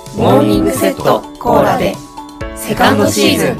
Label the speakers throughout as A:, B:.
A: モーニングセットコーラでセカンドシーズン。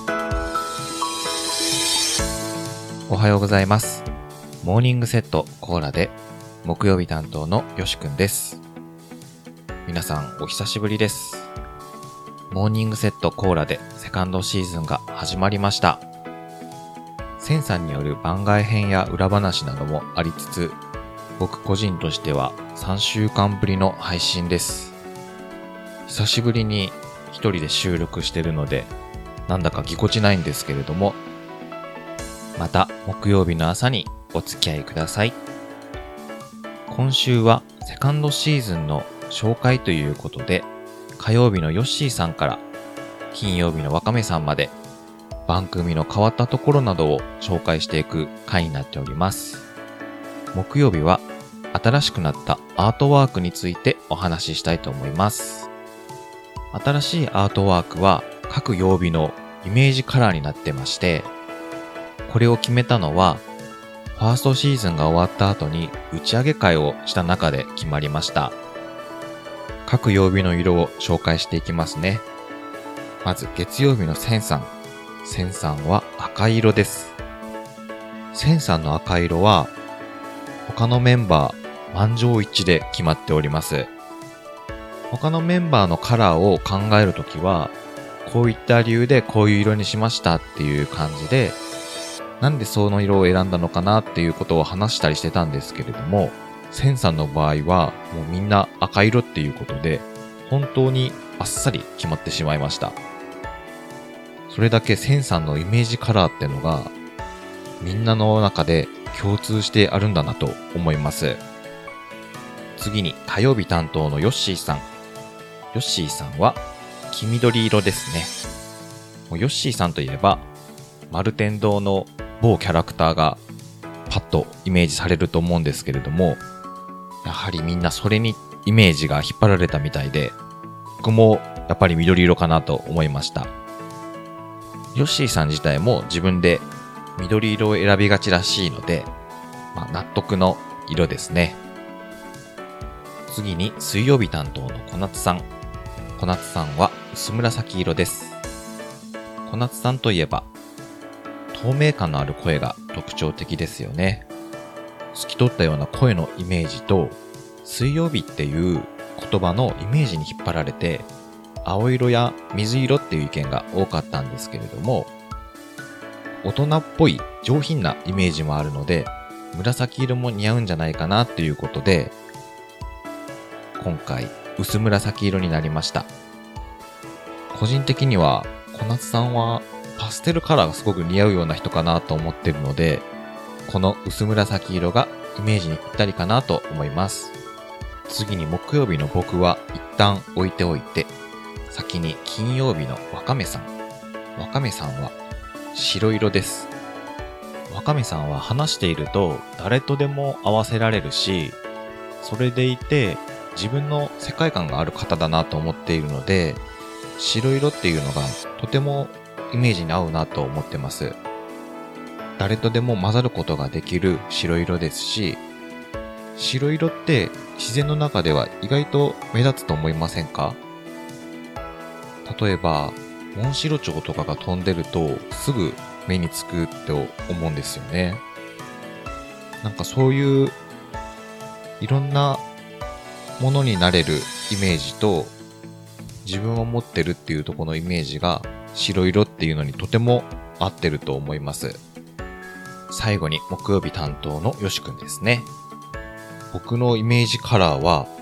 B: おはようございます。モーニングセットコーラで木曜日担当のよしくんです。皆さんお久しぶりです。モーニングセットコーラでセカンドシーズンが始まりました。センさんによる番外編や裏話などもありつつ、僕個人としては3週間ぶりの配信です。久しぶりに一人で収録してるので、なんだかぎこちないんですけれども、また木曜日の朝にお付き合いください。今週はセカンドシーズンの紹介ということで、火曜日のヨッシーさんから金曜日のワカメさんまで番組の変わったところなどを紹介していく回になっております。木曜日は新しくなったアートワークについてお話ししたいと思います。新しいアートワークは各曜日のイメージカラーになってまして、これを決めたのはファーストシーズンが終わった後に打ち上げ会をした中で決まりました。各曜日の色を紹介していきますね。まず月曜日のセンさん。センさんは赤色です。センさんの赤色は他のメンバー満場一致で決まっております。他のメンバーのカラーを考えるときは、こういった理由でこういう色にしましたっていう感じで、なんでその色を選んだのかなっていうことを話したりしてたんですけれども、センさんの場合はもうみんな赤色っていうことで、本当にあっさり決まってしまいました。それだけセンさんのイメージカラーってのがみんなの中で共通してあるんだなと思います。次に火曜日担当のヨッシーさん。ヨッシーさんは黄緑色ですね。もうヨッシーさんといえば丸天堂の某キャラクターがパッとイメージされると思うんですけれども、やはりみんなそれにイメージが引っ張られたみたいで、僕もやっぱり緑色かなと思いました。ヨッシーさん自体も自分で緑色を選びがちらしいので、納得の色ですね。次に水曜日担当の小夏さん。小夏さんは薄紫色です。小夏さんといえば透明感のある声が特徴的ですよね。透き通ったような声のイメージと、水曜日っていう言葉のイメージに引っ張られて、青色や水色っていう意見が多かったんですけれども、大人っぽい上品なイメージもあるので、紫色も似合うんじゃないかなっていうことで、今回薄紫色になりました。個人的には小夏さんはパステルカラーがすごく似合うような人かなと思ってるので、この薄紫色がイメージにぴったりかなと思います。次に木曜日の僕は一旦置いておいて、先に金曜日のワカメさん。ワカメさんは白色です。ワカメさんは話していると誰とでも合わせられるし、それでいて自分の世界観がある方だなと思っているので、白色っていうのがとてもイメージに合うなと思ってます。誰とでも混ざることができる白色ですし、白色って自然の中では意外と目立つと思いませんか？例えばモンシロチョウとかが飛んでるとすぐ目につくって思うんですよね。なんかそういういろんなものになれるイメージと、自分を持ってるっていうところのイメージが白色っていうのにとても合ってると思います。最後に木曜日担当のよしくんですね。僕のイメージカラーは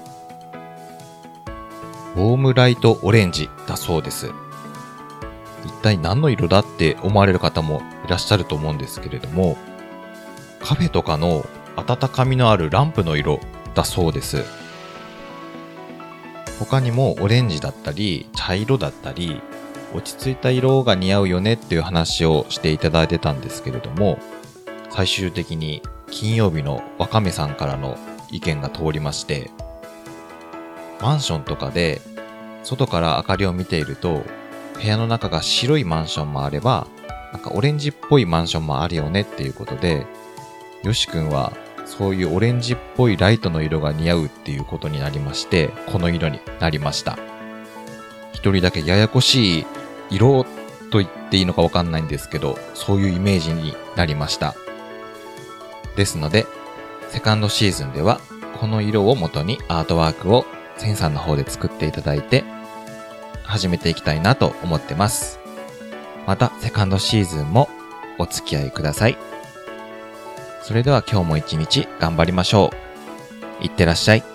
B: ウォームライトオレンジだそうです。一体何の色だって思われる方もいらっしゃると思うんですけれども、カフェとかの温かみのあるランプの色だそうです。他にもオレンジだったり茶色だったり落ち着いた色が似合うよねっていう話をしていただいてたんですけれども、最終的に金曜日のワカメさんからの意見が通りまして、マンションとかで外から明かりを見ていると部屋の中が白いマンションもあれば、なんかオレンジっぽいマンションもあるよねっていうことで、よしくんはそういうオレンジっぽいライトの色が似合うっていうことになりまして、この色になりました。 一人だけややこしい色と言っていいのかわかんないんですけど、そういうイメージになりました。ですので、セカンドシーズンではこの色を元にアートワークをセンさんの方で作っていただいて始めていきたいなと思ってます。またセカンドシーズンもお付き合いください。それでは今日も一日頑張りましょう。いってらっしゃい。